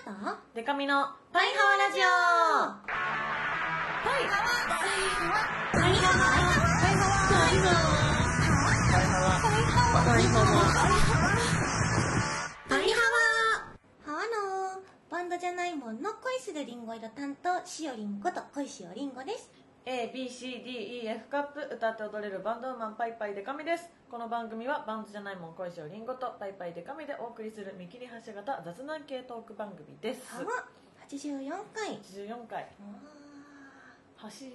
とデカミのパイハワラジオ。パイハワパイハワパイハワパイハワパイハワパイハワパイハハワのバンドじゃないもんの恋するリンゴ色担当しおりんこと恋しおりんごです。 ABCDEF カップ歌って踊れるバンドウーマンパイパイデカミです。この番組はバンドじゃないもん恋しおりんごとパイパイデカミでお送りする見切り発車型雑談系トーク番組です。 ハワ84回 84回はし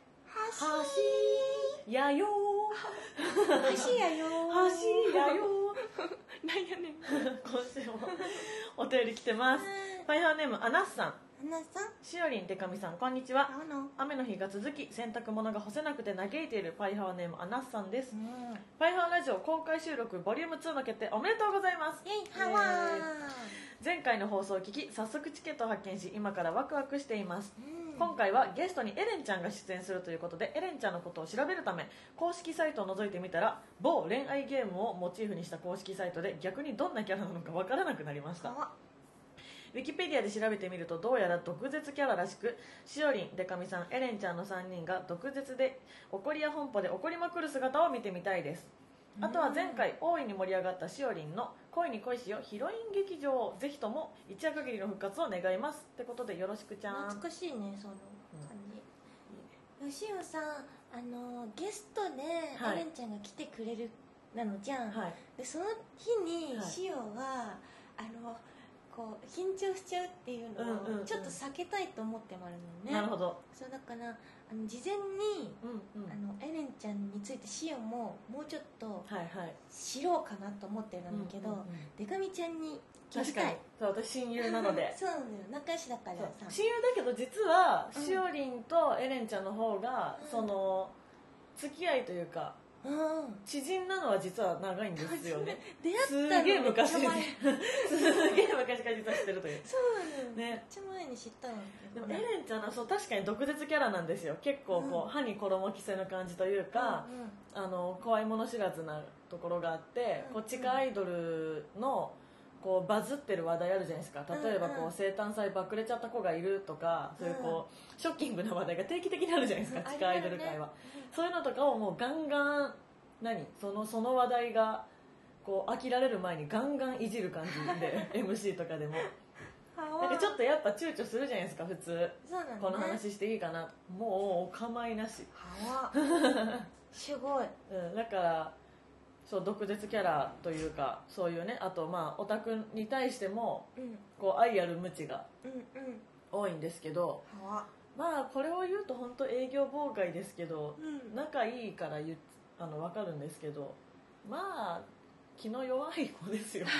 はやよはしやよはしやよなんやねん。 今週もお便り来てます。パイハーネームアナッサン、 花さん、 しおりんデカミさん、こんにちは。 ハワの雨の日が続き洗濯物が干せなくて嘆いているパイハワネームアナッサンです。パイハワラジオ公開収録ボリューム2の決定おめでとうございます。 イェイハワ前回の放送を聞き早速チケットを発見し今からワクワクしています。 ー。 今回はゲストにエレンちゃんが出演するということでエレンちゃんのことを調べるため公式サイトを覗いてみたら某恋愛ゲームをモチーフにした公式サイトで逆にどんなキャラなのかわからなくなりました。 ハワウィキペディアで調べてみるとどうやら毒舌キャラらしく、しおりん、デカミさん、エレンちゃんの3人が毒舌で怒りや本舗で怒りまくる姿を見てみたいです。あとは前回大いに盛り上がったしおりんの恋に恋しよヒロイン劇場をぜひとも一夜限りの復活を願いますってことでよろしくちゃん。 懐かしいね、その感じ。よしおさん、ゲストではいエレンちゃんが来てくれるなのじゃん、 はいでその日にはいしおはこう緊張しちゃうっていうのをちょっと避けたいと思ってもあるのね。 なるほど。 そうだから事前に、 うんうん。 エレンちゃんについてしおももうちょっとはいはい。 知ろうかなと思ってるんだけど、 うんうんうんでかみちゃんに聞き確かにたい。 そう私親友なのでそうなのよ、仲良しだからさ。 親友だけど実はしおりんとエレンちゃんの方が、その付き合いというかうん知人なのは実は長いんですよね。 出会ったのすげえ昔めっちゃ前すげえ昔から実は知ってるという。 そうなのよ、 ねめっちゃ前に知ったのでもエレンちゃんはそう確かに毒舌キャラなんですよ。結構こう、歯に衣着せぬ感じというか、怖いもの知らずなところがあって、こう地下アイドルのこうバズってる話題あるじゃないですか。例えばこう生誕祭バクれちゃった子がいるとか、そういうこうショッキングな話題が定期的にあるじゃないですか、地下アイドル界は、そういうのとかをもうガンガンその話題がこう飽きられる前にガンガンいじる感じでMC とかでもなんかちょっとやっぱ躊躇するじゃないですか普通。 そうなんだね、 この話していいかな、もうお構いなし。 すごい、 だからそう毒舌キャラというかそういうね、あとまあオタクに対してもこう愛ある無知が多いんですけど、まあこれを言うと本当営業妨害ですけど、仲いいから分かるんですけど、まあ気の弱い子ですよ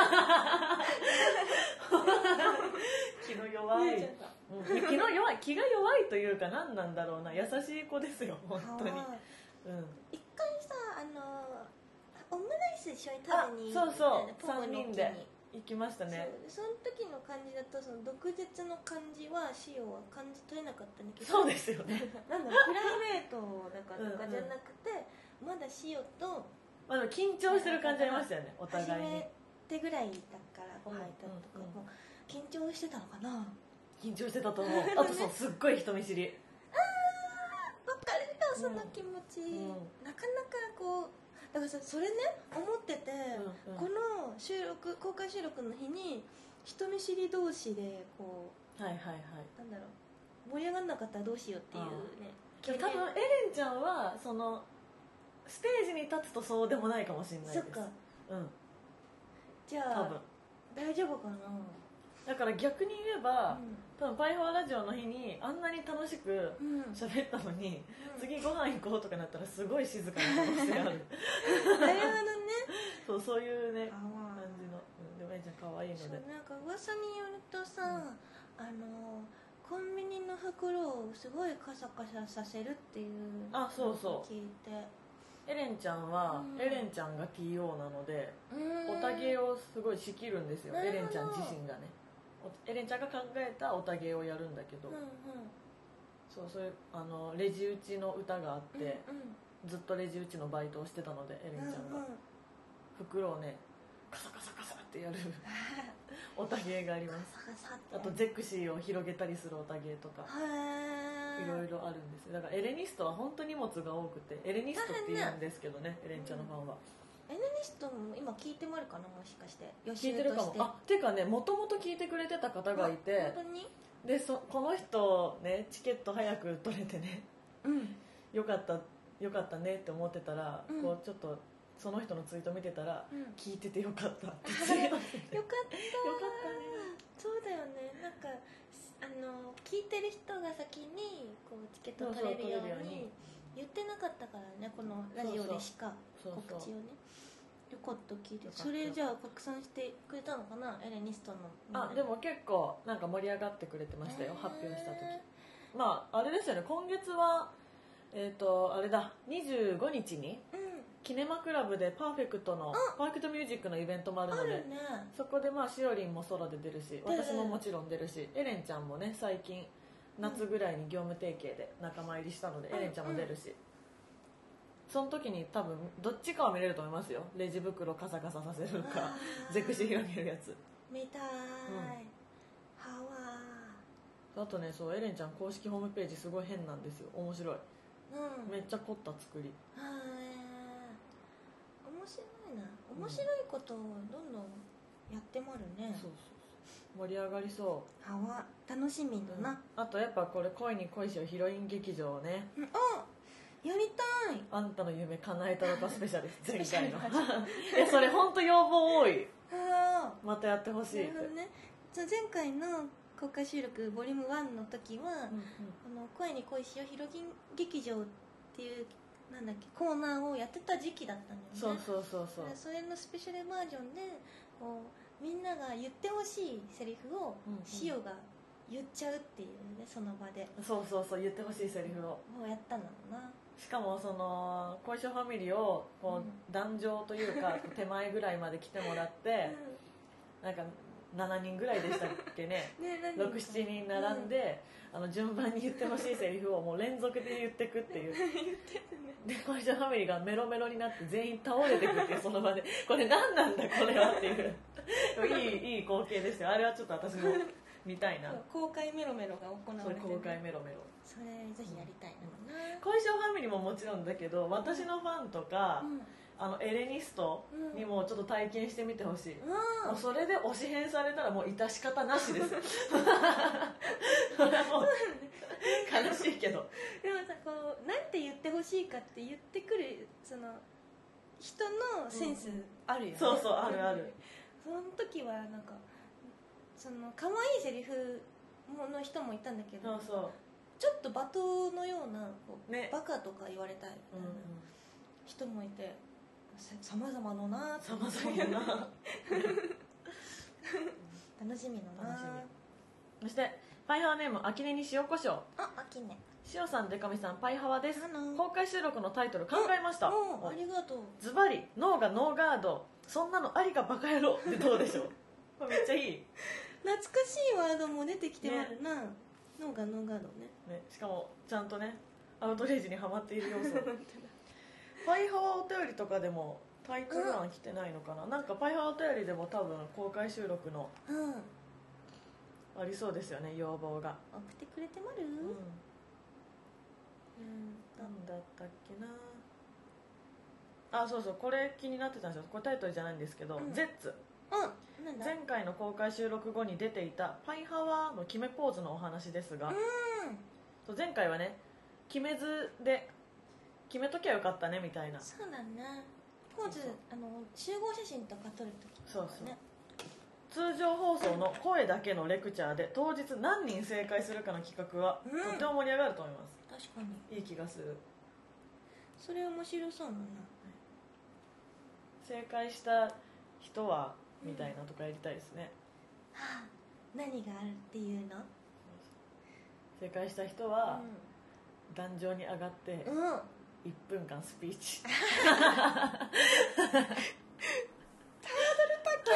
気の弱い、気が弱いというか何なんだろうな、優しい子ですよ本当に。 一回さオムライス一緒に食べにそうそう 3 3人で行きましたね。 その時の感じだとその毒舌の感じはしおは感じ取れなかったんだけど、 そうですよねなんだろう、プライベートだからとかじゃなくて、まだしおとまあ、緊張してる感じありましたよね、お互いに。 初めてぐらいだからご飯行ったのとかも緊張してたのかな。 緊張してたと思うあとそうすっごい人見知り。 わかるよその気持ち、なかなかこうだからさ、それね思ってて、この公開収録の日に人見知り同士でこうなんだろう、盛り上がんなかったらどうしようっていうね。 多分エレンちゃんはそのステージに立つとそうでもないかもしれないです。 そっか、じゃあ多分大丈夫かな。 だから逆に言えば、多分パイハワラジオの日にあんなに楽しく喋ったのに、次ご飯行こうとかなったらすごい静かな可能性あるなるほどねそういうね感じの、でもエレンちゃん可愛いので。 そうなんか噂によるとさ、コンビニの袋をすごいカサカサさせるっていうのを聞いて、 エレンちゃんは、エレンちゃんが TO なので、オタ芸をすごい仕切るんですよ、エレンちゃん自身がね。エレンちゃんが考えたオタ芸をやるんだけど、そういうレジ打ちの歌があって、ずっとレジ打ちのバイトをしてたのでエレンちゃんが、袋をねカサカサカサっててやるオタ芸があります。あとゼクシーを広げたりするオタ芸とかいろいろあるんですよ。だからエレニストは本当に荷物が多くて、エレニストって言うんですけどね、エレンちゃんのファンは。 エレニストも今聞いてもらうかな、もしかして聞いてるかも。っていうかね、もともと聞いてくれてた方がいて、 本当にでこの人ね、チケット早く取れてね、よかったねって思ってたら、こうちょっとその人のツイート見てたら、聞いててよかったってツイートしててよかったね。そうだよね。なんか聞いてる人が先にこうチケット取れるように言ってなかったからね、このラジオでしか告知をね。よかった聞いて。それじゃあ拡散してくれたのかな、エレニストの。 でも結構なんか盛り上がってくれてましたよ、発表した時。まああれですよね、今月はあれだ、25日にキネマクラブでパーフェクトミュージックのイベントもあるので、そこでまあしおりんもソロで出るし、私ももちろん出るし、エレンちゃんもね、最近夏ぐらいに業務提携で仲間入りしたので、エレンちゃんも出るし、その時に多分どっちかは見れると思いますよ。レジ袋カサカサさせるか、ゼクシー広げるやつ見たい。ハワー。あとね、そうエレンちゃん公式ホームページすごい変なんですよ。面白い。めっちゃ凝った作り。 面白いな。面白いことをどんどんやってもあるね。 そう盛り上がりそう。 楽しみだな。 あとやっぱこれ恋に恋しようヒロイン劇場ね。 やりたい。 あんたの夢叶えたのかスペシャル前回のそれ本当要望多い。またやってほしいって。 前回の公開収録ボリューム1の時は、恋に恋しようヒロイン劇場っていうなんだっけコーナーをやってた時期だったんだよね。そうそれのスペシャルバージョンでこうみんなが言ってほしいセリフをシオが言っちゃうっていうね、その場で。 そう言ってほしいセリフをやったんだろうな。 しかもその恋しょファミリーをこう壇上というか手前ぐらいまで来てもらってなんか7人ぐらいでしたっけね6,7 人並んで、順番に言ってほしいセリフをもう連続で言ってくっていうで恋しょファミリーがメロメロになって全員倒れてくっていうその場でこれ何なんだこれはっていういい光景ですよ。あれはちょっと私も見たいな。 公開メロメロが行われてる。 公開メロメロ、 それぜひやりたいな。 恋しょファミリーももちろんだけど、私のファンとか、エレニストにもちょっと体験してみてほしい。もうそれで推し変されたらもう致し方なしですそれはもう悲しいけど、 でもさ、こうなんて言ってほしいかって言ってくるその人のセンスあるよね。 そうあるある。 その時はなんかその可愛いセリフの人もいたんだけど、ちょっと罵倒のようなバカとか言われたい人もいて、さまざまのなさまざまな楽しみのな。 そしてパイハワネーム秋音に塩コショウ。 秋音塩さん、でかみさん、パイハワです。公開収録のタイトル考えました。 ありがとう。 ズバリ脳がノーガード、そんなのありかバカ野郎ってどうでしょうこれめっちゃいい。 懐かしいワードも出てきてますな、脳がノーガードね。 しかもちゃんとねアウトレイジにはまっている要素パイハワお便りとかでもタイトル欄来てないのかな、なんかパイハワお便りでも多分公開収録のありそうですよね、要望が。 送ってくれてまる？ なんだったっけな。そうこれ気になってたんですよ。これタイトルじゃないんですけど、ゼッツ。前回の公開収録後に出ていたパイハワの決めポーズのお話ですが、前回はね決めずで決めときゃよかったねみたいな。 そうだね。ポーズ集合写真とか撮るときとかね。 通常放送の声だけのレクチャーで当日何人正解するかの企画はとても盛り上がると思います。 確かにいい気がする。それ面白そうだな。 正解した人はみたいなとかやりたいですね。 何があるっていうの？ 正解した人は壇上に上がって1分間スピーチハードル高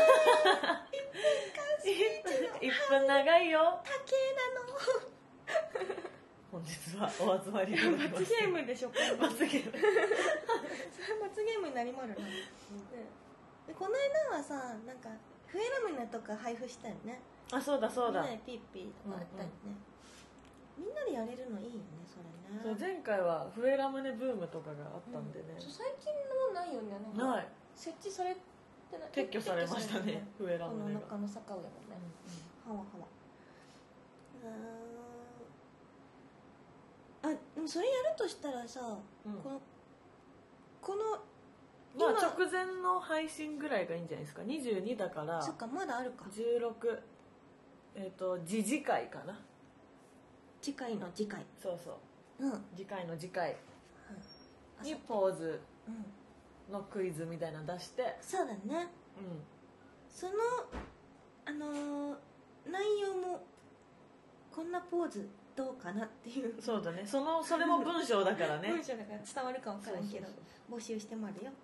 い1分長いよ。 高いなの本日はお集まりで罰ゲームでしょ。 罰ゲームそれ罰ゲームになりまるな、でこの間はさ、なんか笛ラムネとか配布したよね。 あ、そうだそうだ、 みんなでピッピーとかやったよね、みんなでやれるのいいよねそれね。 そう前回は笛ラムネブームとかがあったんでね、 最近のないよね。なんかない、 設置されてない、 撤去されましたね笛ラこのムネが。 中の坂上もね、はわはわ。あ、でもそれやるとしたらさ、このまあ直前の配信ぐらいがいいんじゃないですか。22だからそっか、まだあるか。 16、次次回かな。 次回の次回。 そうそう、次回の次回にポーズのクイズみたいなの出して、 そうだね、その内容もこんなポーズどうかなっていう。 そうだね、それも文章だからね文章だから伝わるか分からんけど、募集してもあるよ。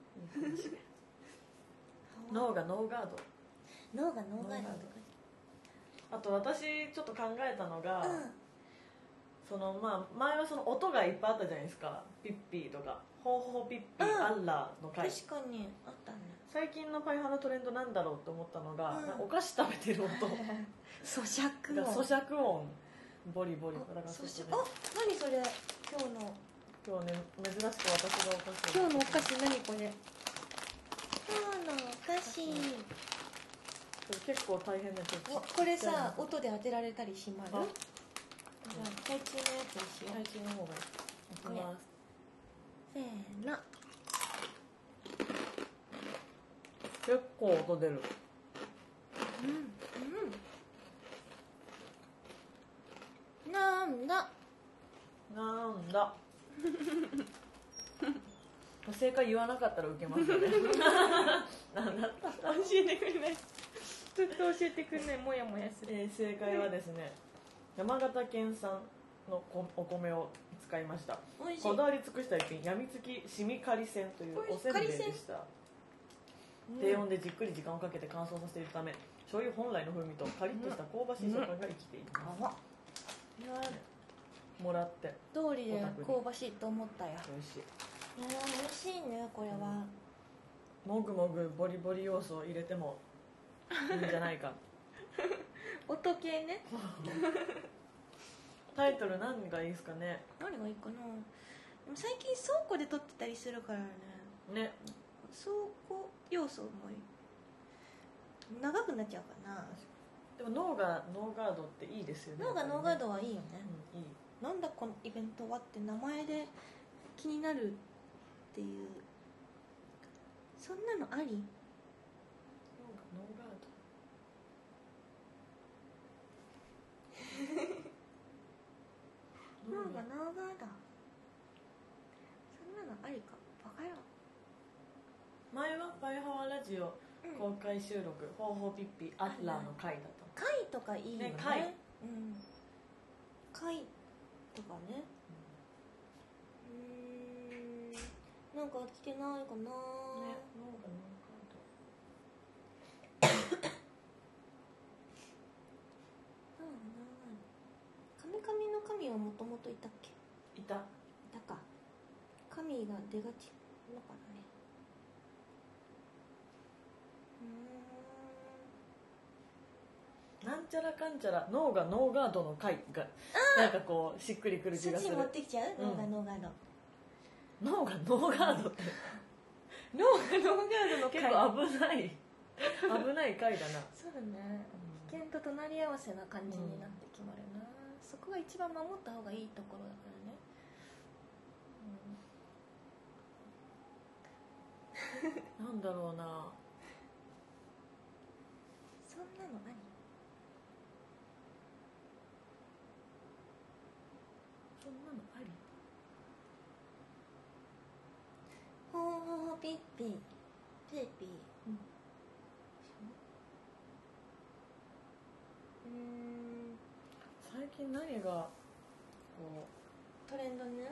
脳がノーガード。 脳がノーガードとか。 あと私ちょっと考えたのが、まあ前はその音がいっぱいあったじゃないですか。ピッピーとかホーホーピッピー、アッラーの回。 確かにあったね。 最近のパイハーのトレンドなんだろうって思ったのが、お菓子食べてる音咀嚼音、 咀嚼音、ボリボリ。だから何それ、 今日ね、珍しく私がお菓子。 今日のお菓子何これ。今日のお菓子。 結構大変なやつ。 これさ、音で当てられたりしまる？じゃあ最中のやつにしよう。 最中の方がいきます。 せーの。 結構音出る。 なんだ正解言わなかったら受けますよねなんだった教えてくれない、ずっと教えてくれない、もやもやする。 正解はですね、山形県産のお米を使いました。こだわり尽くした一品、やみつきしみかりせんというおせんべいでした。低温でじっくり時間をかけて乾燥させているため、醤油本来の風味とカリッとした香ばしい食感が生きています。もらって通りで香ばしいと思ったや。 美味しい。 美味しいね、これは。 もぐもぐボリボリ要素を入れてもいいんじゃないか音系ねタイトル何がいいですかね。 何がいいかな。でも最近倉庫で撮ってたりするからね。倉庫要素も長くなっちゃうかな。 でも脳がノーガードっていいですよね。 脳がノーガードはいいよね、 いい。 なんだこのイベントはって名前で気になるっていう。そんなのあり？ 脳がノーガード脳がノーガード、そんなのありか。バカよ。 前はパイハワラジオ公開収録、ホーホーピッピアッラーの回だった。 回とかいいよね。 回とかね。なんか聞けないかな。 脳がノー神の神はもともといたっけ？ いたか。 神が出がちのかなね。 なんちゃらかんちゃら脳がノーガードの回がなんかこうしっくりくる気がする。 そっち持ってきちゃう？脳がノーガード。 脳がノーガードって脳がノーガードの回。 結構危ない回だな。 そうだね、危険と隣り合わせな感じになって決まるな、そこが一番守った方がいいところだからね。 なんだろうな。 そんなのあり？ そんなのあり？ ほーほーピッピーピッピー。 最近何がこうトレンドね。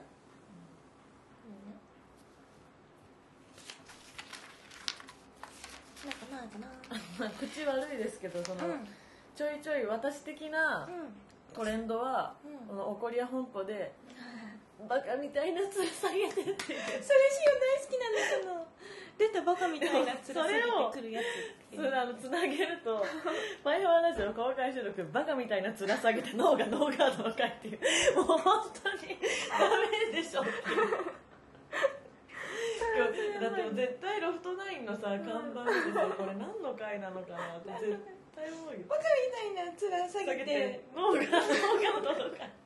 なんかな口悪いですけど、ちょいちょい私的なトレンドは、この怒りや本舗でバカみたいなつる下げてってそれしお大好きなんだけど、 出たバカみたいな面下げてくるやつ。 それつなげると「パイハワラジオ公開収録バカみたいな面下げて脳がノーガードの回」っていう、もう本当にダメでしょっていうだって絶対ロフトナインのさ看板見てさ、これ何の回なのかなって絶対思うよ。 バカみたいな面下げて脳がノーガードの回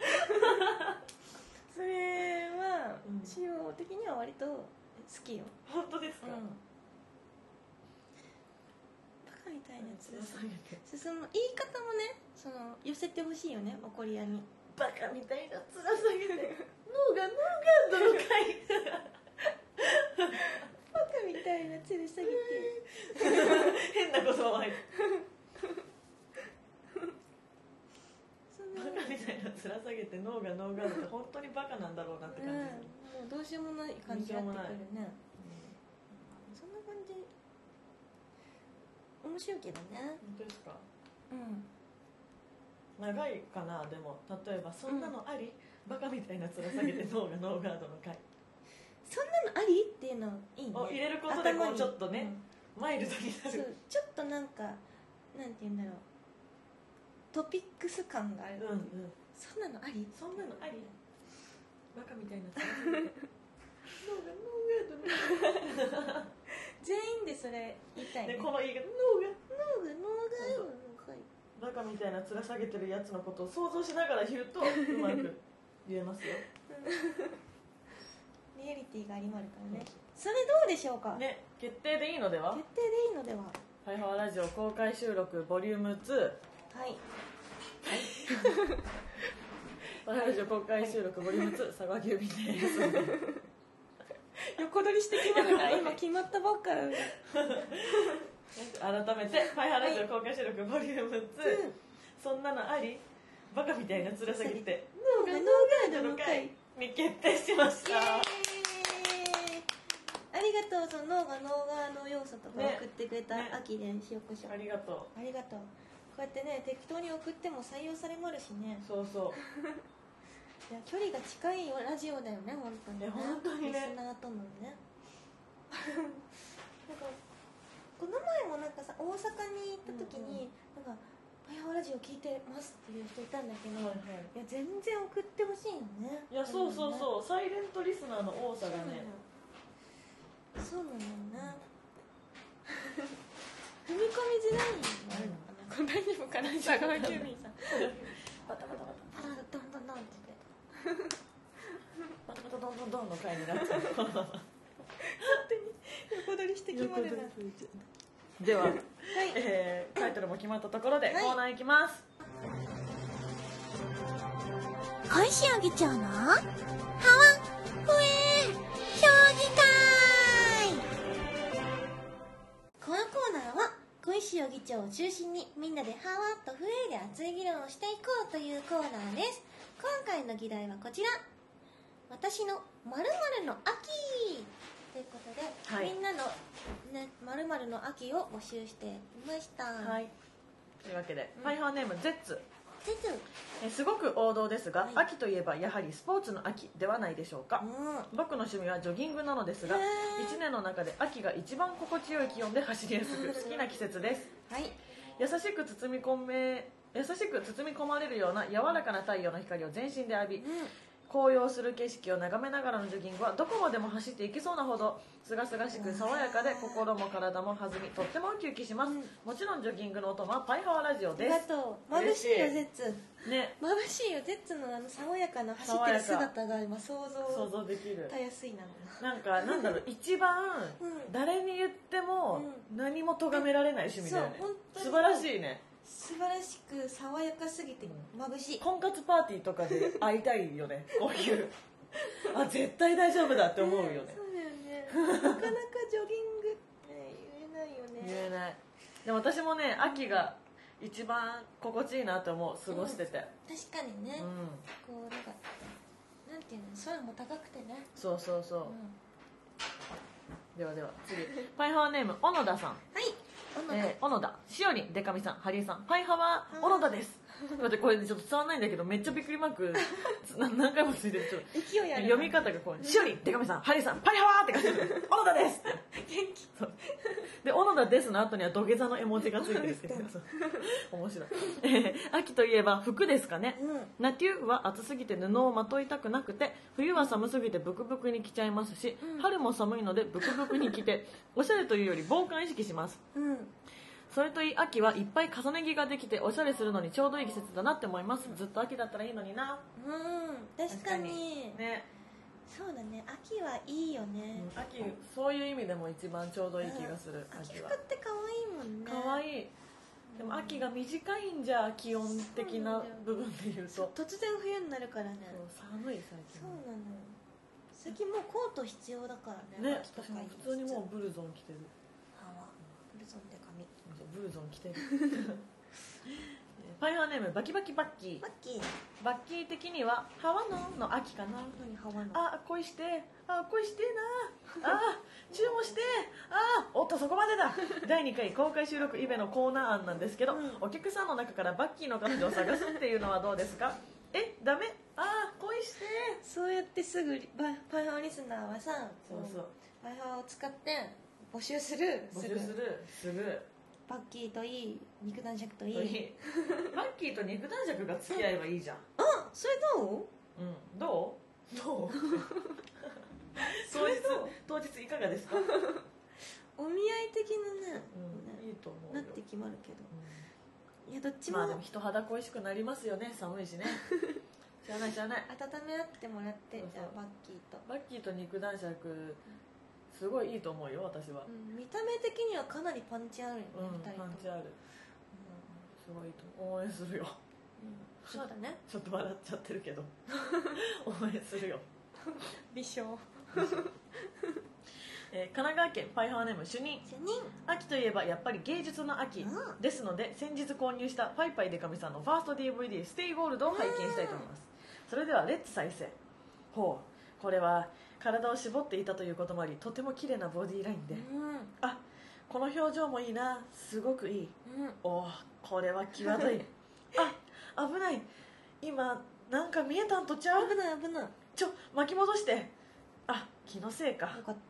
それは仕様的には割と好きよ。 本当ですか、 バカみたいな面下げて、 てその言い方もね、その寄せてほしいよね、怒り屋に。 バカみたいな面下げて脳がノーガードの回バカみたいな面下げて変なことは入ってそのバカみたいな面下げて脳がノーガードって本当にバカなんだろうなって感じです、 もうどうしようもない感じになってくるね。そんな感じ面白いけどね。 本当ですか。 うん長いかな。でも例えばそんなのあり、バカみたいな面下げて脳がノーガードの回そんなのありっていうのいいね。 を入れることでこ頭にうちょっとね、マイルドになそうる。 ちょっとなんかなんて言うんだろう、トピックス感がある。 うんうん。 そんなのあり、 そんなのあり、バカみたいな面下げて脳がノーガードの回全員でそれ言いたいね。 でこの言い方、脳がノーガーバカみたいな面下げてるやつのことを想像しながら言うとうまく言えますよリアリティがありまるからね。それどうでしょうか。 ね。決定でいいのでは。 決定でいいのでは。 パイハワラジオ公開収録ボリューム2。 はいパイハワラジオ公開収録ボリューム2、佐賀急便です横取りしてきまるから今決まったばっかだね改めてパイハワラジオ公開収録ボリューム2、そんなのあり、バカみたいな面下げてノーガードの回に決定しましイエた。 ーイ。ありがとう。そのノーガーの要素とかね送ってくれたね秋で塩コショウ、 ありがとありがとう。こうやってね適当に送っても採用されまるしね。 う。そうそう。 いや距離が近いラジオだよね、本当にね。 本当にねリスナーとのねなんかこの前もなんかさ、大阪に行った時に、なんかパイハワラジオ聞いてますっていう人いたんだけど、 はいはいいや全然送ってほしいよね。 いや、そうそうそう、サイレントリスナーの多さがね、 そうなのよね踏み込みづらいのあるのかな、こんなにもかな、佐川急便さんバタバタバタバタドンドンドンって言ってバタバタドンドンドンの回になっちゃう横取りしてきまるな。 では、 はい、 タイトルも決まったところではいコーナーいきます。 返しあげちゃうのはわふえ評議会。このコーナーは小石尾議長を中心にみんなではわっとふえで熱い議論をしていこうというコーナーです。今回の議題はこちら、私の〇〇の秋ということで、 はいみんなの、ね、〇〇の秋を募集していました。 はい、というわけで、パイハワネームゼッツ。すごく王道ですが、 はい秋といえばやはりスポーツの秋ではないでしょうか。僕の趣味はジョギングなのですが、 へー 1年の中で秋が一番心地よい気温で走りやすく好きな季節です。 はい、 優しく包み込まれるような柔らかな太陽の光を全身で浴び、紅葉する景色を眺めながらのジョギングはどこまでも走っていけそうなほど清々しく爽やかで、心も体も弾みとってもウキウキします。もちろんジョギングのお供はパイハワラジオありです。 がとう。眩しいよ嬉しいゼッツ。 ね、 眩しいよゼッツの爽やかな走ってる姿が今想想像像できる。 たやすいな。 なんかなんだろう、一番誰に言っても何も咎められない趣味だよね。 そう本当に素晴らしいね。 素晴らしく爽やかすぎて眩しい。 婚活パーティーとかで会いたいよね。こういうあ、絶対大丈夫だって思うよね。 そうだよね。なかなかジョギングって言えないよね。 言えない。でも私もね、秋が一番心地いいなと思う、過ごしてて。 確かにね、 うん、 こうなんかなんていうの、空も高くてね。 そうそうそう。ではでは次、パイハワネーム小野田さん。 はい。 小野田、しおりん、でかみさん、ハリーさん、パイハワー、小野田です。待って、これちょっと伝わらないんだけど、めっちゃびっくりマーク何回もついてる。ちょっと勢いある。 読み方がこう、しおりん、でかみさん、ハリーさん、パイハワーって書いてる。小野田です。 元気。 そうで、小野田ですの後には土下座の絵文字がついてるっていう。面白い。秋といえば服ですかね。夏冬は暑すぎて布をまといたくなくて、冬は寒すぎてブクブクに着ちゃいますし、春も寒いのでブクブクに着て、おしゃれというより防寒意識します。それといい秋はいっぱい重ね着ができておしゃれするのにちょうどいい季節だなって思います。ずっと秋だったらいいのにな。 確かにね。 そうだね、秋はいいよね。 秋、そういう意味でも一番ちょうどいい気がする。 秋服って可愛いもんね。 可愛い。でも秋が短いんじゃ、気温的な部分で言うと。 突然冬になるからね。 寒い最近。 そうなの。最近もうコート必要だからね。 ね、私も普通にもうブルゾン着てる。 ブルゾンで髪。 ブルゾン着てる。パイハーネームバキバキバッキー。バッキー的にはハワの秋かな。あ、恋して恋してなあ、注文しておっとそこまでだ。第2回公開収録イベのコーナー案なんですけど、お客さんの中からバッキーの彼女を探すっていうのはどうですか？ダメ？恋して。 そうやってすぐパイハーリスナーはさ、 そうパイハーを使って募集する。 すぐバッキーといい、肉男爵といい。 バッキーと肉男爵が付き合えばいいじゃん。 それどう？ どう当日いかがですか？ お見合い的なね、 いいと思うよ。 なって決まるけど、いやどっちも。 まあでも人肌恋しくなりますよね、寒いしね。知らない。 温め合ってもらって。じゃあバッキーと肉男爵すごいいいと思うよ、私は。 見た目的にはかなりパンチあるよね、2人とも。 パンチある。すごいと応援するよ。 そうだね。 ちょっと笑っちゃってるけど応援するよ。 美少。 神奈川県パイハーネーム主任。秋といえばやっぱり芸術の秋ですので、先日購入したパイパイデカミさんのファースト DVD ステイゴールドを拝見したいと思います。それではレッツ再生。これは体を絞っていたということもあり、とても綺麗なボディーラインで、この表情もいいな、すごくいい。これは際どい。危ない、今なんか見えたんとちゃう？ 危ない。 巻き戻して。気のせいか。 よかった。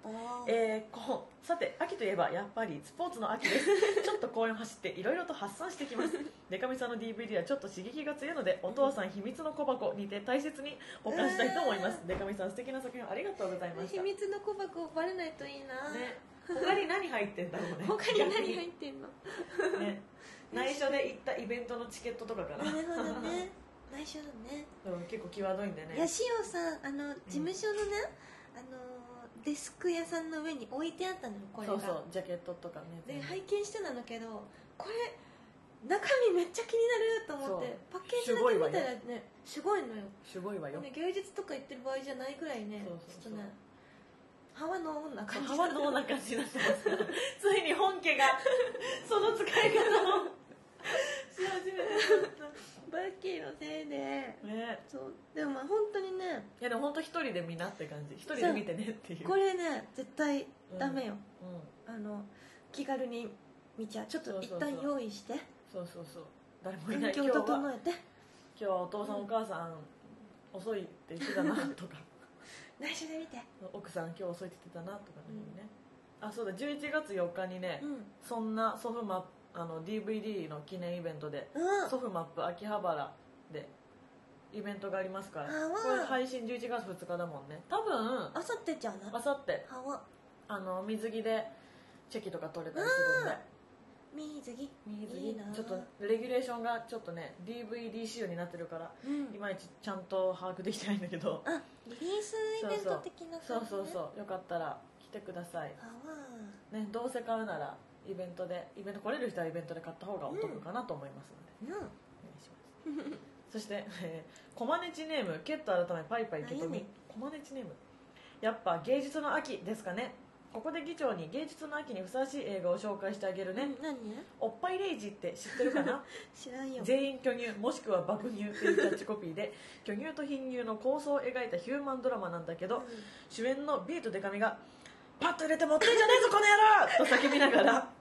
さて、秋といえばやっぱりスポーツの秋です。ちょっと公園を走っていろいろと発散してきます。デカミさんの DVD はちょっと刺激が強いので、お父さん秘密の小箱にて大切に保管したいと思います。デカミさん素敵な作品ありがとうございました。 秘密の小箱バレないといいな。 他に何入ってんだろうね。 他に何入ってんの？ 内緒で行ったイベントのチケットとかかな。 なるほどね。内緒だね。 結構際どいんでね。 しおさん、事務所のね、デスク屋さんの上に置いてあったのよ、これが。 そうジャケットとかね。 で拝見してたんだけど、これ中身めっちゃ気になると思って、パッケージだけ見たらね、すごいのよ。 すごいわよ。 芸術とか言ってる場合じゃないぐらいね。ちょっとね、ハワの女感じ。 ハワの女感じになってますから。ついに本家がその使い方をし始めてバッキーのせいで。そうでも本当にね。 いやでも本当一人で見なって感じ。一人で見てねっていう。 これね絶対ダメよ。気軽に見ちゃう。ちょっと一旦用意して。誰もいない。 環境を整えて。 今日はお父さんお母さん遅いって言ってたなとか。 内緒で見て。 奥さん今日遅いって言ってたなとかね。そうだ、11月4日にね、そんなソフマップDVD の記念イベントで、ソフマップ秋葉原でイベントがありますから、これ配信11月2日だもんね。多分あさってじゃな。 あさって水着でチェキとか取れたりするんで。 水着いいな。ちょっとレギュレーションがちょっとね DVD 仕様になってるから、いまいちちゃんと把握できてないんだけど、 リリースイベント的な感じ。 よかったら来てくださいね。どうせ買うならイベント来れる人はイベントで買った方がお得かなと思いますので、お願いします。そして、コマネチネームケット改めパイパイケトミ。コマネチネーム、やっぱ芸術の秋ですかね。ここで議長に芸術の秋にふさわしい映画を紹介してあげるね。 何？ おっぱいレイジって知ってるかな？ 知らんよ。 全員巨乳もしくは爆乳というキャッチコピーで巨乳と貧乳の構想を描いたヒューマンドラマなんだけど、主演のビートデカミがパッと入れて持ってんじゃねえぞこの野郎と叫びながら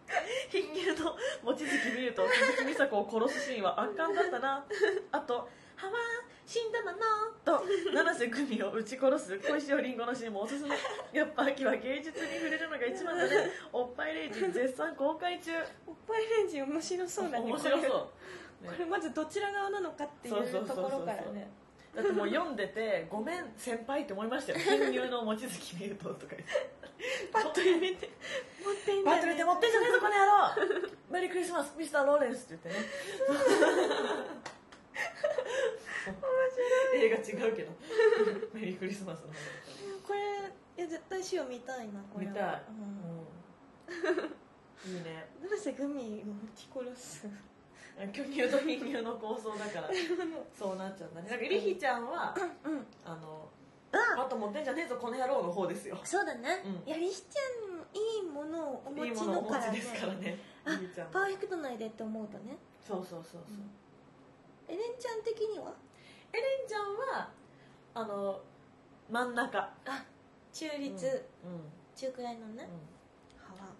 貧乳の望月見ると鈴木美佐子を殺すシーンは圧巻だったな。あと「はわ死んだのの」と七瀬久美を撃ち殺す小石尾りんごのシーンもおすすめ。やっぱ秋は芸術に触れるのが一番だね。おっぱいレイジ絶賛公開中。 おっぱいレンジ面白そうだね。 面白そう、 これまずどちら側なのかっていうところからね。 だってもう読んでて「ごめん先輩」って思いましたよ。貧乳の望月見るととか言ってパッと入れて持ってんだよね。 パッと入れて持ってんじゃねえぞこの野郎メリークリスマスミスターローレンスって言ってね映画違うけどメリークリスマスの方これいや絶対シオ見たいな。これ見たい、いいね。 七瀬グミを撃ち殺す巨乳と貧乳の構想だからそうなっちゃうんだね。なんかリヒちゃんは、パッと持ってんじゃねえぞこの野郎の方ですよ。 そうだね、いやリヒちゃんいいものをお持ちのからね。 いいものをお持ちですからね。リヒちゃんパーフェクト内でって思うとね。 そうそうそうそう、 エレンちゃん的にはエレンちゃんは真ん中、 中立、中くらいのね、幅。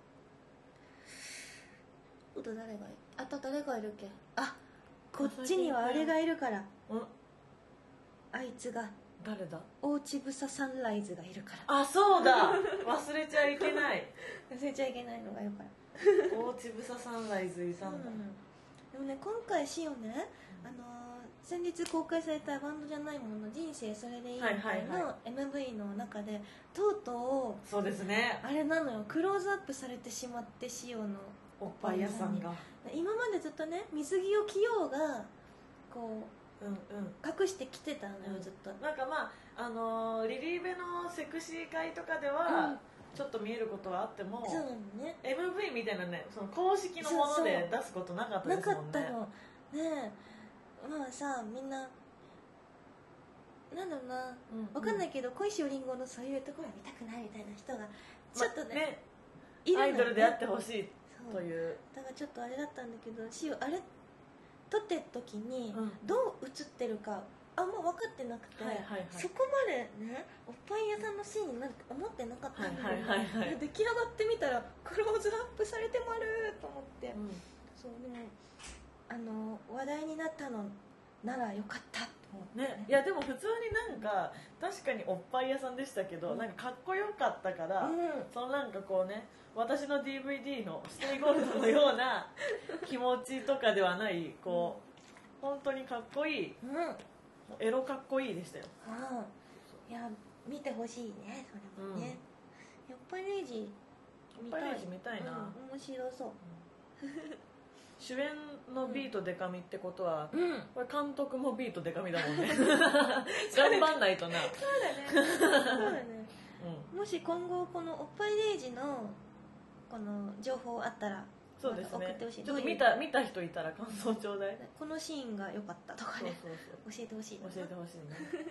あと誰がいる？あと誰がいるっけ？こっちにはあれがいるから。あいつが誰だ？ 大ちぶさサンライズがいるから。 そうだ忘れちゃいけない忘れちゃいけないのがよから大ちぶさサンライズいたんだ、 でもね今回シオね、先日公開されたバンドじゃないものの人生それでいいみたいの MV の中でとうとうそうですね、 あれなのよ、クローズアップされてしまってシオのおっぱい屋さんが今までずっとね水着を着ようがこう、隠してきてたのよ、ずっと。 なんかリリーベのセクシー会とかでは、ちょっと見えることはあっても、 そうなのね、 MV みたいなねその公式のもので出すことなかったですもんね。 なかったのね。まあさみんななんだろうな、わかんないけど小石おりんごのそういうところは見たくないみたいな人がちょっとね、 いるのよね、アイドルであってほしいという。 だからちょっとあれだったんだけどシオあれ撮ってる時にどう映ってるかあんま分かってなくて、そこまでねおっぱい屋さんのシーンになると思ってなかったんだけど、出来上がってみたらクローズアップされてまると思って、そうでも話題になったのならよかったね。いやでも普通になんか確かにおっぱい屋さんでしたけど、なんかかっこよかったから、そのなんかこうね私の DVD のステイゴールドのような気持ちとかではないこう、本当にかっこいい、エロかっこいいでしたよ。 いや見てほしいねそれもね、やっぱりレイジ見たいな、 面白そう主演のビートデカミってことは、これ監督もビートデカミだもんね頑張んないとな。 そうだねもし今後このおっぱいレイジのこの情報あったらそうですね、 送ってほしい。 ちょっと見た人いたら感想ちょうだい。 このシーンが良かったとかね、教えてほしい。 教えてほしいね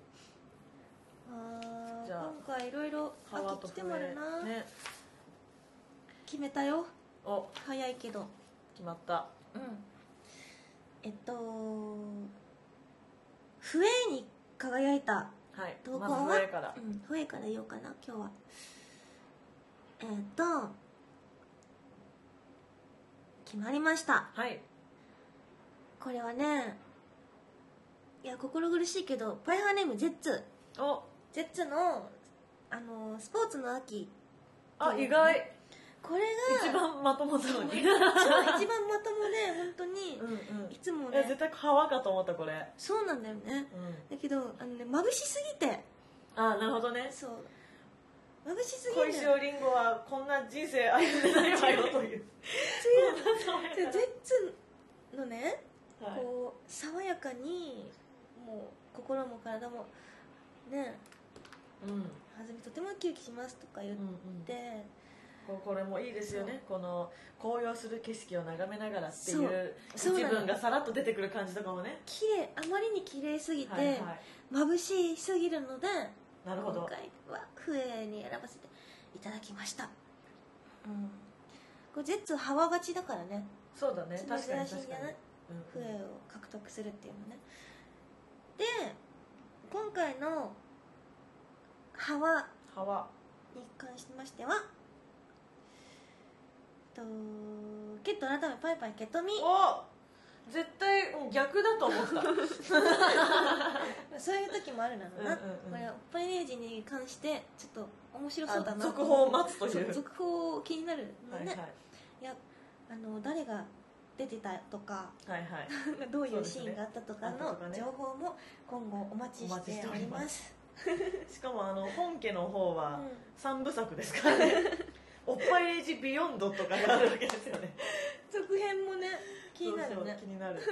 じゃあ今回いろいろ秋来てもあるな、決めたよ。早いけど決まった。 笛に輝いた投稿は、 まず笛から、 笛から言おうかな今日は。決まりました。これはね、いや心苦しいけどパイハーネームゼッツのスポーツの秋、 意外。 これが一番まともなのに一番まともで本当にいつもね、 絶対川かと思ったこれ。 そうなんだよね、だけど眩しすぎて。 なるほどね。 そう眩しすぎて小石尾りんごはこんな人生歩んでないわよというゼッツのね、こう爽やかにもう心も体もね、はずみとてもウキウキしますとか言って、 これもいいですよね。この紅葉する景色を眺めながらっていう一文がさらっと出てくる感じとかもね、 綺麗、あまりに綺麗すぎて眩しすぎるので、 なるほど、 今回は笛に選ばせていただきました。これゼッツはわ勝ちだからね。 そうだね、確かに確かに。 笛を獲得するっていうのね。で今回の「はわ」に関しましてはケット改めパイパイケトミ。 お絶対逆だと思ったそういう時もあるなのな、これおっぱいレイジに関してちょっと面白そうだな、 続報を待つという、 続報気になるのね、 はいはい、 いや誰が出てたとか、 はいはい、 どういうシーンがあったとかの情報も今後お待ちしております。 しかも本家の方は3部作ですからねおっぱいレイジビヨンドとかがあるわけですよね続編もね気になるね。 気になるはい、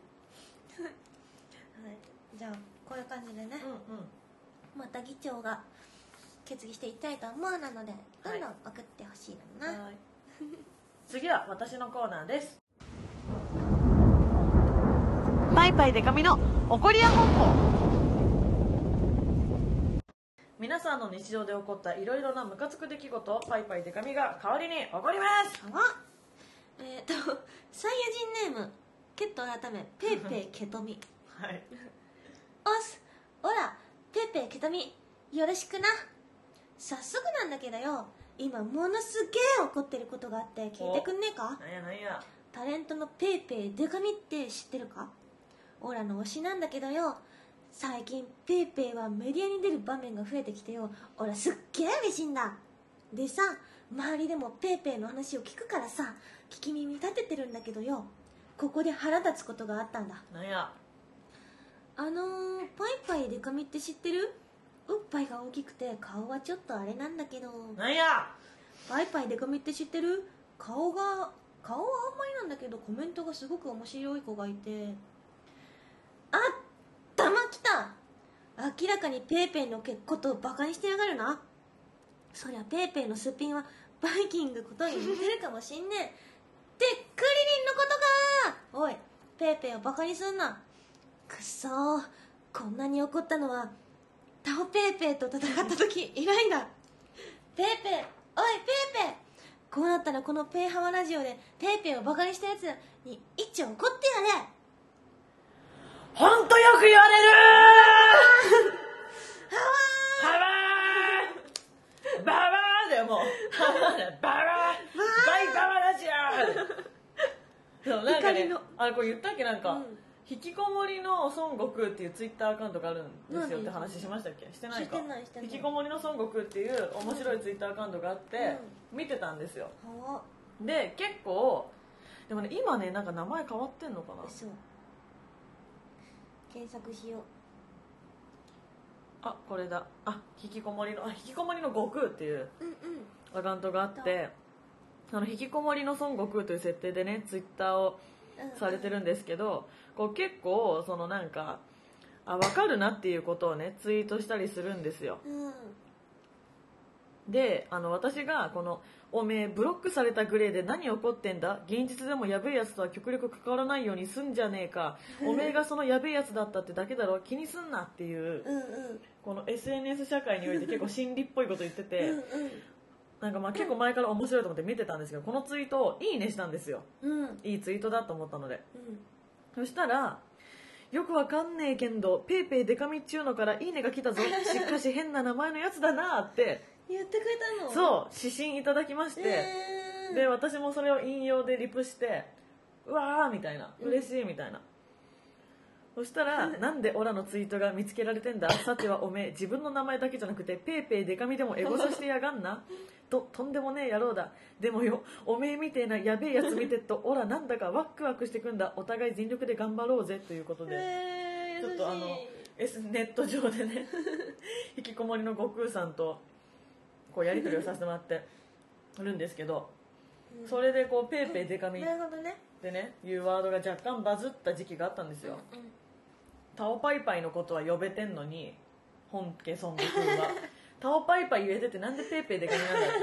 じゃあこういう感じでね、 うんうん、 また議長が決議していきたいと思うなのでどんどん送ってほしいのな、はい、 次は私のコーナーです。パイパイデカミの怒りや本舗。皆さんの日常で起こったいろいろなムカつく出来事をパイパイデカミが代わりに怒ります。 サイヤ人ネームケット改めペーペーケトミはいおすおらペーペーケトミよろしくな。早速なんだけどよ、今ものすげえ怒ってることがあって聞いてくんねえか。 なんやなんや。 タレントのペーペーデカミって知ってるか。オラの推しなんだけどよ、最近ペーペーはメディアに出る場面が増えてきてよ、オラすっげえ嬉しいんだ。でさ、周りでもペーペーの話を聞くからさ、聞き耳立ててるんだけどよ、ここで腹立つことがあったんだ。 なんや。 パイパイデカミって知ってる？おっぱいが大きくて顔はちょっとあれなんだけど。 なんや。 パイパイデカミって知ってる？顔はあんまりなんだけどコメントがすごく面白い子がいて、あったまきた。明らかにペーペーのことをバカにしてやがるな。そりゃペーペーのすっぴんはバイキングことに似てるかもしんねえってクリリンのことか。おいペーペーをバカにすんな。くっそー、こんなに怒ったのはタオペーペーと戦った時以来だ。ペーペー、おいペーペー、こうなったらこのペーハワラジオでペーペーをバカにしたやつに一応怒ってやれ。 ほんとよく言われるー。ハワーババーでもうババーバイバワラジオでもなんかね、これ言ったっけ、なんか、引きこもりの孫悟空っていうツイッターアカウントがあるんですよって話しましたっけ。してないか。引きこもりの孫悟空っていう面白いツイッターアカウントがあって、見てたんですよ。で結構でもね、今ねなんか名前変わってんのかな。 そう、検索しよう。 あ、これだ。引きこもりの悟空っていうアカウントがあって、引きこもりの孫悟空という設定でねツイッターをされてるんですけど、こう結構なんか分かるなっていうことをねツイートしたりするんですよ。で私がこのおめえブロックされたグレーで何起こってんだ、現実でもやべえやつとは極力関わらないようにすんじゃねえか、おめえがそのやべえやつだったってだけだろ、気にすんなっていう、この SNS 社会において結構心理っぽいこと言っててなんか結構前から面白いと思って見てたんですけど、このツイートをいいねしたんですよ、いいツイートだと思ったので、そしたらよくわかんねえけんどペーペーデカミっちゅうのからいいねが来たぞ、しかし変な名前のやつだなって言ってくれたの。 そう指針いただきまして、で私もそれを引用でリプして、うわーみたいな、嬉しいみたいな、そしたらなんでオラのツイートが見つけられてんだ、さてはおめえ自分の名前だけじゃなくてペーペーデカミでもエゴサしてやがんなとんでもねえ野郎だ、でもよおめえみてえなやべえやつ見てっとオラなんだかワクワクしてくんだ、お互い全力で頑張ろうぜということで、ちょっとネット上でね引きこもりの悟空さんとこうやり取りをさせてもらってるんですけど、それでこうペーペーデカミでねいうワードが若干バズった時期があったんですよ。タオパイパイのことは呼べてんのに本家孫悟空はタオパイパイ言えててなんでペーペーデカミなんだって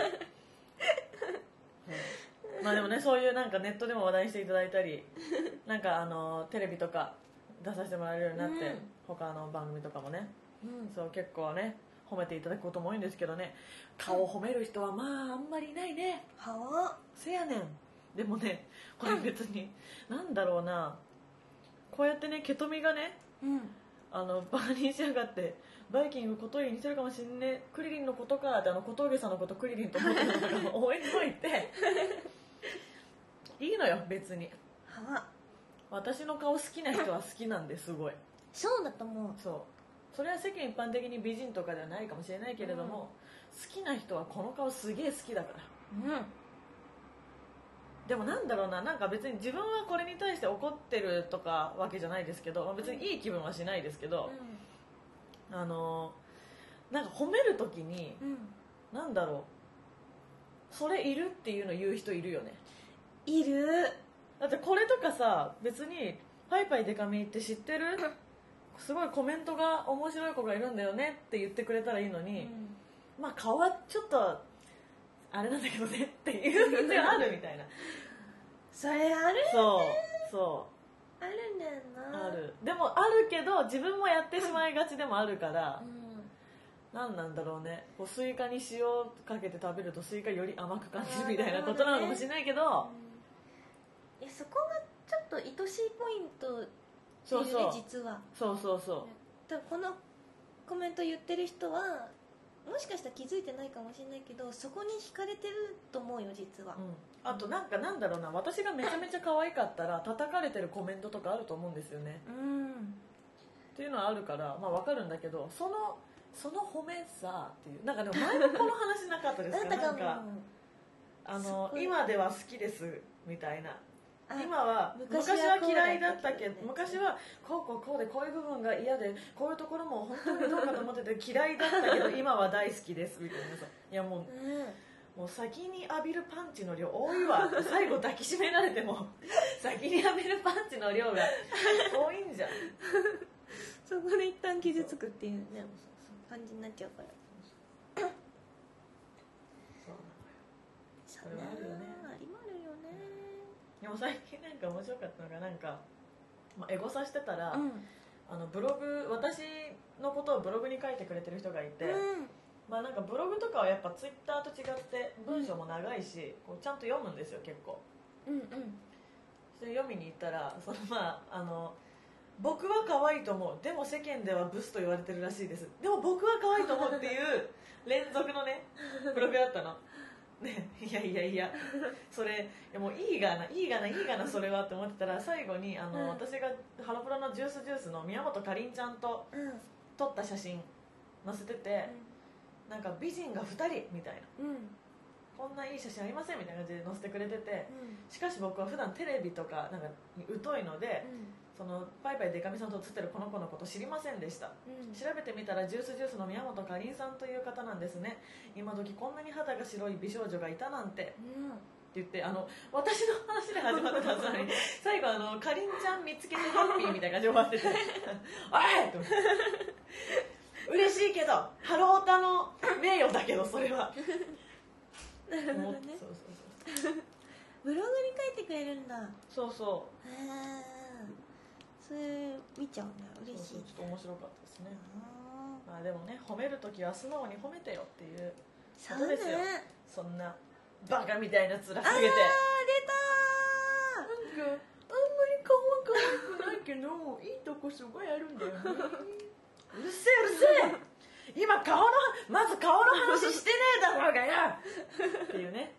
まあでもね、そういうなんかネットでも話題にしていただいたり、なんかテレビとか出させてもらえるようになって、他の番組とかもね、そう結構ね褒めていただくことも多いんですけどね、顔を褒める人はまああんまりいないね。せやねん。でもね、これ別になんだろうな、こうやってねケトミがね、バカにしやがってバイキング小峠に似てるかもしんね、クリリンのことかって小峠さんのことクリリンと思ってるのとかも応援にも言っていいのよ別に。 は私の顔好きな人は好きなんですごい。 そうだと思う。 それは世間一般的に美人とかではないかもしれないけれども、好きな人はこの顔すげえ好きだから。でもなんだろうな、なんか別に自分はこれに対して怒ってるとかわけじゃないですけど、別にいい気分はしないですけど、なんか褒めるときに、なんだろう、それいるっていうの言う人いるよね。 いる。 だってこれとかさ、別にパイパイデカミって知ってるすごいコメントが面白い子がいるんだよねって言ってくれたらいいのに、まあ顔はちょっとあれなんだけどねっていうのがあるみたいな。 それあるよね。 そうあるんだよな。 ある。でもあるけど自分もやってしまいがちでもあるから、何なんだろうね、こうスイカに塩かけて食べるとスイカより甘く感じるみたいなことなのかもしれないけど、 いやそこがちょっと愛しいポイントっていうね、実は。 そう多分このコメント言ってる人はもしかしたら気づいてないかもしれないけど、そこに惹かれてると思うよ実は。 あとなんだろうな、私がめちゃめちゃ可愛かったら叩かれてるコメントとかあると思うんですよね。っていうのはあるから、まあ分かるんだけど、その褒めさっていう、なんかでも前もこの話なかったですか？なんか今では好きですみたいな。今は昔は嫌いだったけど、昔はこうでこういう部分が嫌で、こういうところも本当にどうかと思ってて嫌いだったけど今は大好きですみたいなさ。いやもう先に浴びるパンチの量多いわって、最後抱きしめられても先に浴びるパンチの量が多いんじゃん。 そこで一旦傷つくっていうね、感じになっちゃうから。 そうなのよ。それはあるよね。 ありまるよね。 でも最近なんか面白かったのが、なんか、エゴサしてたら、ブログ、私のことをブログに書いてくれてる人がいて、まあなんかブログとかはやっぱツイッターと違って文章も長いし、こうちゃんと読むんですよ結構。それ読みに行ったら、僕は可愛いと思う、でも世間ではブスと言われてるらしいです、でも僕は可愛いと思うっていう連続のねブログだったのね。いやそれもういいがなそれはって思ってたら、最後に私がハロプロのジュースの宮本かりんちゃんと撮った写真載せてて、なんか美人が2人みたいな、こんないい写真ありませんみたいな感じで載せてくれてて、しかし僕は普段テレビとかなんかに疎いので、そのパイパイデカミさんと写ってるこの子のこと知りませんでした、調べてみたらジュースの宮本かりんさんという方なんですね、今時こんなに肌が白い美少女がいたなんて、って言って、私の話で始まってたはずなのに最後かりんちゃん見つけてハッピーみたいな感じで終わってておいと思って嬉しいけどハロータの名誉だけどそれはなるほどね。ブログに書いてくれるんだ。 そうそれ見ちゃうんだ。嬉しい。 ちょっと面白かったですね。まあでもね、褒めるときは素直に褒めてよっていうことですよ。そんなバカみたいな面下げて。 出たー。 なんかあんまり可愛くないけどいいとこすごいあるんだよね。うるせえ今まず顔の話してねえだろうがよっていうね。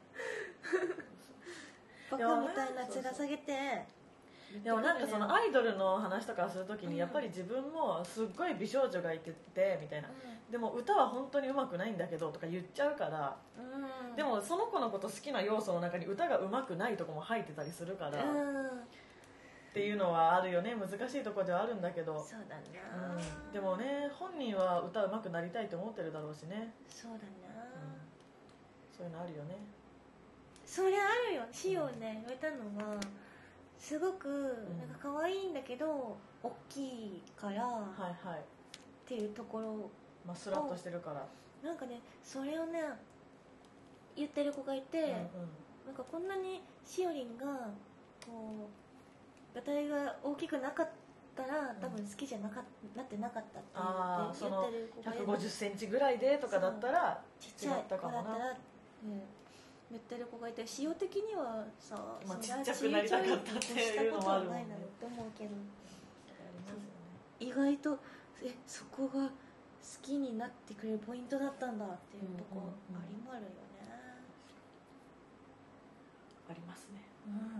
バカみたいな面下げて。 でもなんかそのアイドルの話とかするときにやっぱり自分もすっごい美少女がいててみたいな、でも歌は本当に上手くないんだけどとか言っちゃうから、でもその子のこと好きな要素の中に歌が上手くないとこも入ってたりするから、っていうのはあるよね。難しいところではあるんだけど、 そうだな、 でもね、本人は歌上手くなりたいと思ってるだろうしね。 そうだな、 そういうのあるよね。 それあるよ。シオね言われたのがすごくなんか可愛いんだけど大きいからっていうところ、 まあスラッとしてるから、 なんかねそれをね言ってる子がいて、なんかこんなにしおりんがこうガタイが大きくなかったら多分好きじゃなってなかったって言ってる子がいて、 150センチぐらいでとかだったらちっちゃい子だったら、言ってる子がいて、塩的にはさ、 ちっちゃくなりたかったっていうのもあるもんね。 と思うけど、意外とそこが好きになってくれるポイントだったんだっていうとこありまるよね。 ありますね。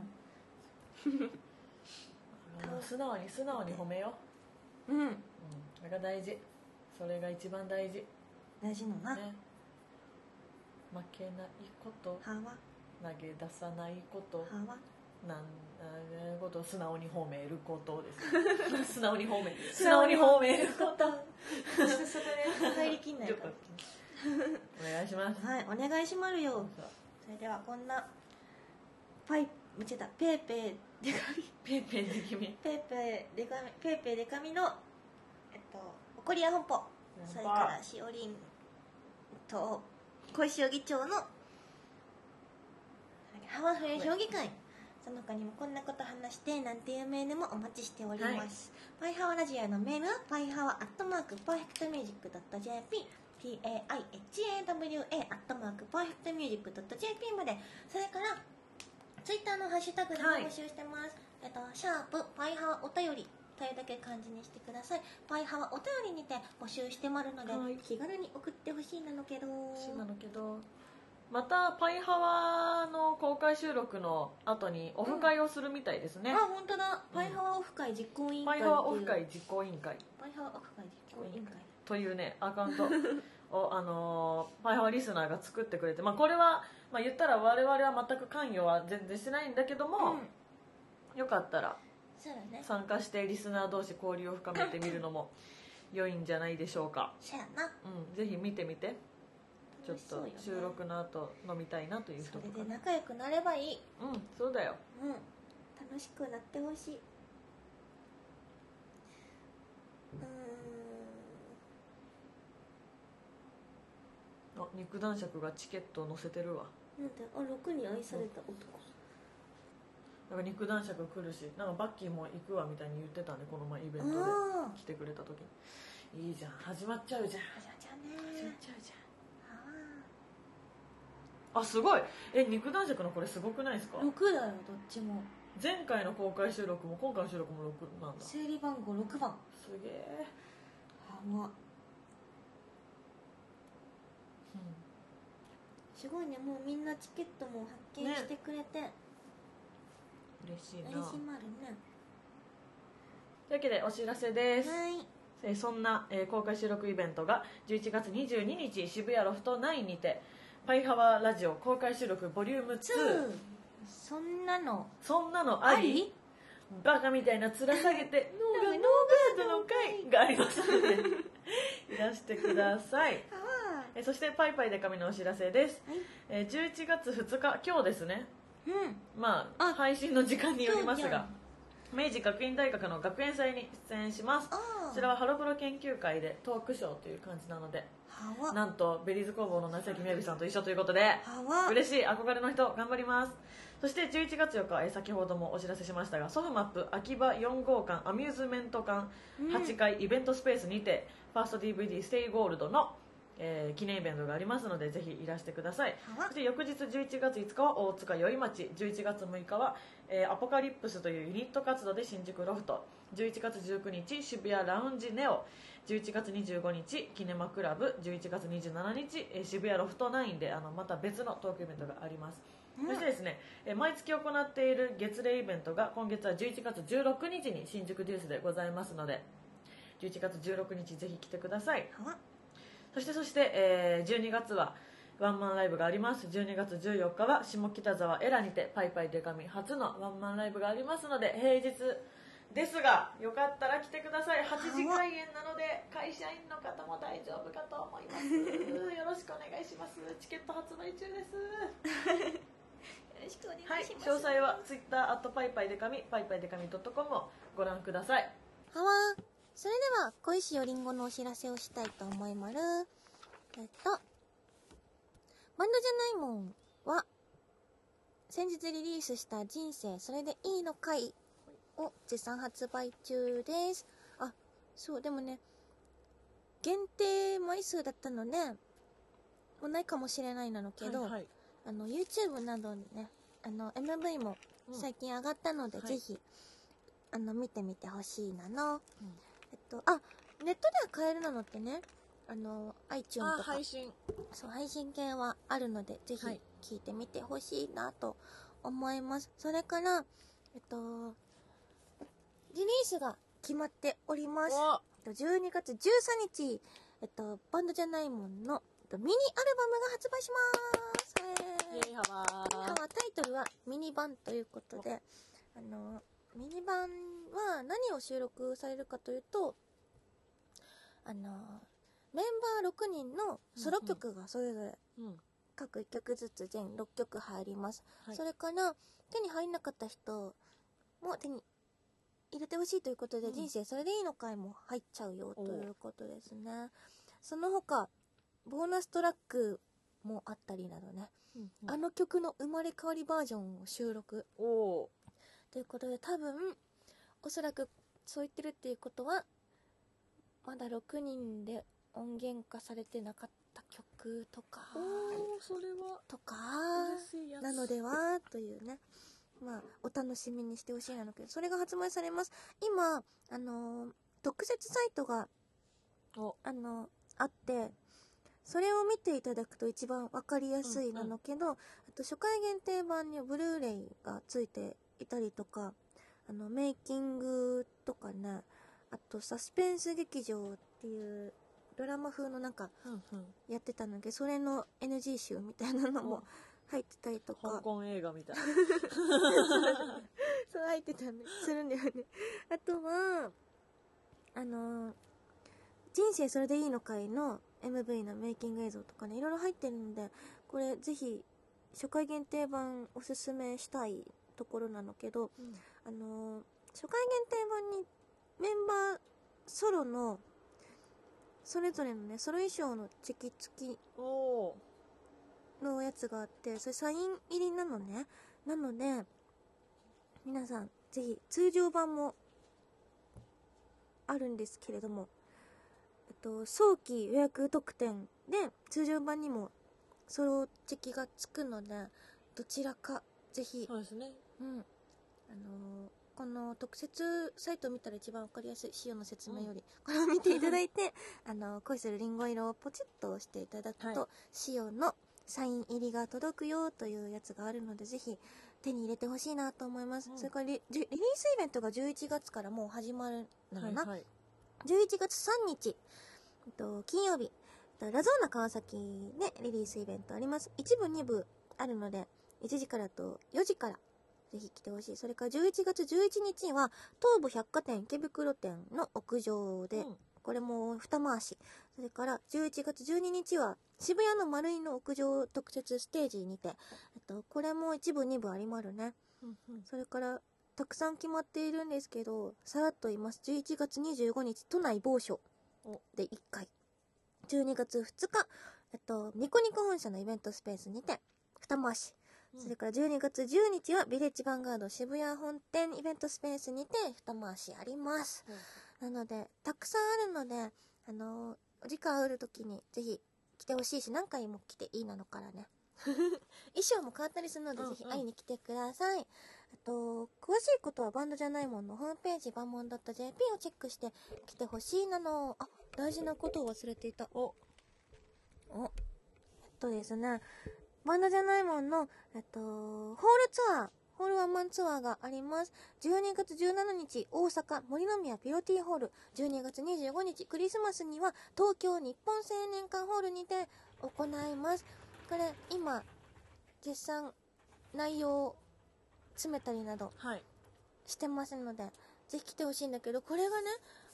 素直に褒めよう。それが大事。それが一番大事。 大事のな、 ね、負けないこと投げ出さないことなんことを素直に褒めることです素直に褒めることそこで入りきんないからお願いします。 はい、お願いしまるよ。それではこんなペーペーでかみの怒りや本舗、それからしおりんと小石尾議長のハワフエ評議会、その他にもこんなこと話してなんていうメールもお待ちしております、パイハワラジオのメールはパイハワ@perfectmusic.jp paihawa@perfectmusic.jp まで、それからツイッターのハッシュタグでも募集してます、シャープパイハワお便りというだけ漢字にしてください。パイハワお便りにて募集してまるので、気軽に送ってほしいなのけどまたパイハワの公開収録の後にオフ会をするみたいですね、 あ、本当だ。パイハワオフ会実行委員会、 パイハワオフ会実行委員会というねアカウントをパイハワリスナーが作ってくれて、これは、言ったら我々は全く関与は全然してないんだけども、よかったら参加してリスナー同士交流を深めてみるのも良いんじゃないでしょうか。ぜひ見てみて。ちょっと収録の後飲みたいなという人とか、 それで仲良くなればいい。 そうだよ。 楽しくなってほしい。 肉男爵がチケットを載せてるわ。 なんで6に愛された男、 なんか肉男爵来るし、なんかバッキーも行くわみたいに言ってたね、この前イベントで来てくれた時に。いいじゃん、始まっちゃうじゃん。あ、すごい。肉男爵のこれすごくないですか。 6だよ、どっちも。 前回の公開収録も今回の収録も6なんだ。 整理番号6番。 すげえ。 すごいね、もうみんなチケットも発見してくれて、 嬉しいな。 嬉しまるね。 というわけでお知らせです。そんな、公開収録イベントが11月22日渋谷ロフト9にてパイハワラジオ公開収録ボリューム2、 そんなのありバカみたいな面下げてノーガードの会がありますのでいらしてください。そしてパイパイデカミのお知らせです、11月2日今日ですね、配信の時間によりますが明治学院大学の学園祭に出演します。こちらはハロプロ研究会でトークショーという感じなので、なんとベリーズ工房の夏焼みやびさんと一緒ということで嬉しい、憧れの人頑張ります。そして11月4日、先ほどもお知らせしましたがソフマップ秋葉4号館アミューズメント館8階イベントスペースにてファースト DVD ステイゴールドの記念イベントがありますのでぜひいらしてください。そして翌日11月5日は大塚宵町、11月6日は、アポカリプスというユニット活動で新宿ロフト、11月19日渋谷ラウンジネオ、11月25日キネマクラブ、11月27日、渋谷ロフト9でまた別のトークイベントがあります。そしてですね、毎月行っている月例イベントが今月は11月16日に新宿デュースでございますので11月16日ぜひ来てください。そして、12月はワンマンライブがあります。12月14日は下北沢エラにてパイパイデカミ初のワンマンライブがありますので平日ですがよかったら来てください。8時開演なので会社員の方も大丈夫かと思いますよろしくお願いします。チケット発売中ですよろしくお願いします。詳細は Twitterパイパイデカミパイパイデカミ .com をご覧ください。 それでは小石よりんごのお知らせをしたいと思います。バンドじゃないもんは先日リリースした人生それでいいのかいを絶賛発売中です。そうでもね限定枚数だったのでもうないかもしれないなのけど、YouTube などにねMV も最近上がったので、ぜひ見てみてほしいなの。ネットでは買えるなのってねiTunes とか配信系はあるのでぜひ聞いてみてほしいなと思います。それから、リリースが決まっております。12月13日、バンドじゃないもんの、ミニアルバムが発売します。タイトルはミニバンということで、ミニバンは何を収録されるかというと、メンバー6人のソロ曲がそれぞれ各1曲ずつ全6曲入ります。それから手に入んなかった人も手に入れてほしいということで、人生それでいいのかいも入っちゃうよということですね。その他ボーナストラックもあったりなどね、あの曲の生まれ変わりバージョンを収録ということで、多分おそらくそう言ってるっていうことはまだ6人で音源化されてなかった曲とかそれはとかなのではというね、お楽しみにしてほしいなのけど、それが発売されます。今特設サイトがあって、それを見ていただくと一番わかりやすいなのけど、あと初回限定版にブルーレイがついていたりとか、メイキングとかね、あとサスペンス劇場っていうドラマ風のなんかやってたので、それの NG 集みたいなのも入ってたりとか、 香港映画みたいなそう入ってたりするんだよね。あとは人生それでいいのかいの MV のメイキング映像とかね、いろいろ入ってるので、これぜひ初回限定版おすすめしたいところなのけど、初回限定版にメンバーソロのそれぞれのねソロ衣装のチェキ付きのやつがあって、それサイン入りなのね。なので皆さんぜひ、通常版もあるんですけれども、早期予約特典で通常版にもソロチェキがつくので、どちらかぜひ、 そうですね、 この特設サイトを見たら一番わかりやすい、仕様の説明より、これを見ていただいて恋するリンゴ色をポチッと押していただくと、仕様のサイン入りが届くよというやつがあるので、ぜひ手に入れてほしいなと思います。それからリリースイベントが11月からもう始まるのかな、11月3日、金曜日、ラゾーナ川崎でリリースイベントあります。1部2部あるので、1時からと4時からぜひ来てほしい。それから11月11日は東武百貨店池袋店の屋上で、これも二回し。それから11月12日は渋谷の丸井の屋上特設ステージにて、これも1部2部ありまるね。それからたくさん決まっているんですけど、さらっと言います。11月25日都内某所で1回、12月2日ニコニコ本社のイベントスペースにて二回し、それから12月10日はビレッジヴァンガード渋谷本店イベントスペースにて二回しあります。なのでたくさんあるので、お時間ある時にぜひ来てほしいし、何回も来ていいなのからね衣装も変わったりするので、ぜひ会いに来てください。詳しいことはバンドじゃないもんのホームページバンモン .jp をチェックして来てほしいなの。大事なことを忘れていた。ですね、バンドじゃないもんの、ホールツアー、ホールワンマンツアーがあります。12月17日、大阪森の宮ピロティホール。12月25日、クリスマスには東京日本青年館ホールにて行います。これ、今、絶賛内容を詰めたりなどしてますので、ぜひ来てほしいんだけど、これがね、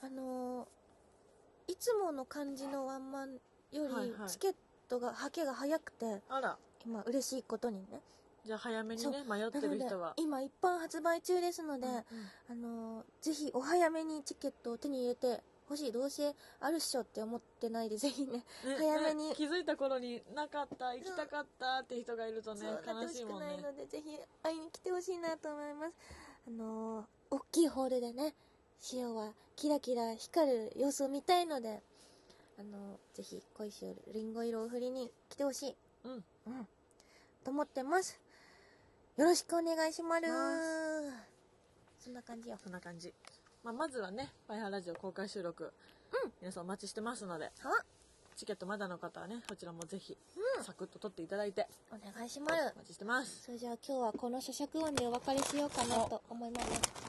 いつもの感じのワンマンよりチケットがはけが早くて、今嬉しいことにね。 じゃあ早めにね、迷ってる人は今一般発売中ですので、ぜひお早めにチケットを手に入れてほしい。どうせあるっしょって思ってないで、ぜひね早めに、 気づいた頃になかった、行きたかったって人がいるとね、悲しいもんね。 ないので、ぜひ会いに来てほしいなと思います。大きいホールでね、潮はキラキラ光る様子を見たいので、ぜひ恋しおるリンゴ色を振りに来てほしい、と思ってます。よろしくお願いします。そんな感じよ。 そんな感じ。まずはね、パイハーラジオ公開収録、皆さんお待ちしてますので、 チケットまだの方はね、こちらもぜひ、 うんサクッと取っていただいて、 お願いします。 お待ちしてます。 それじゃあ今日はこの咀嚼音でお別れしようかなと思います。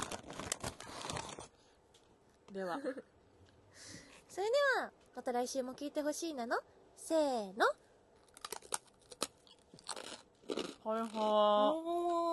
ではそれではまた来週も聞いてほしいなのせーの、 ほいほー。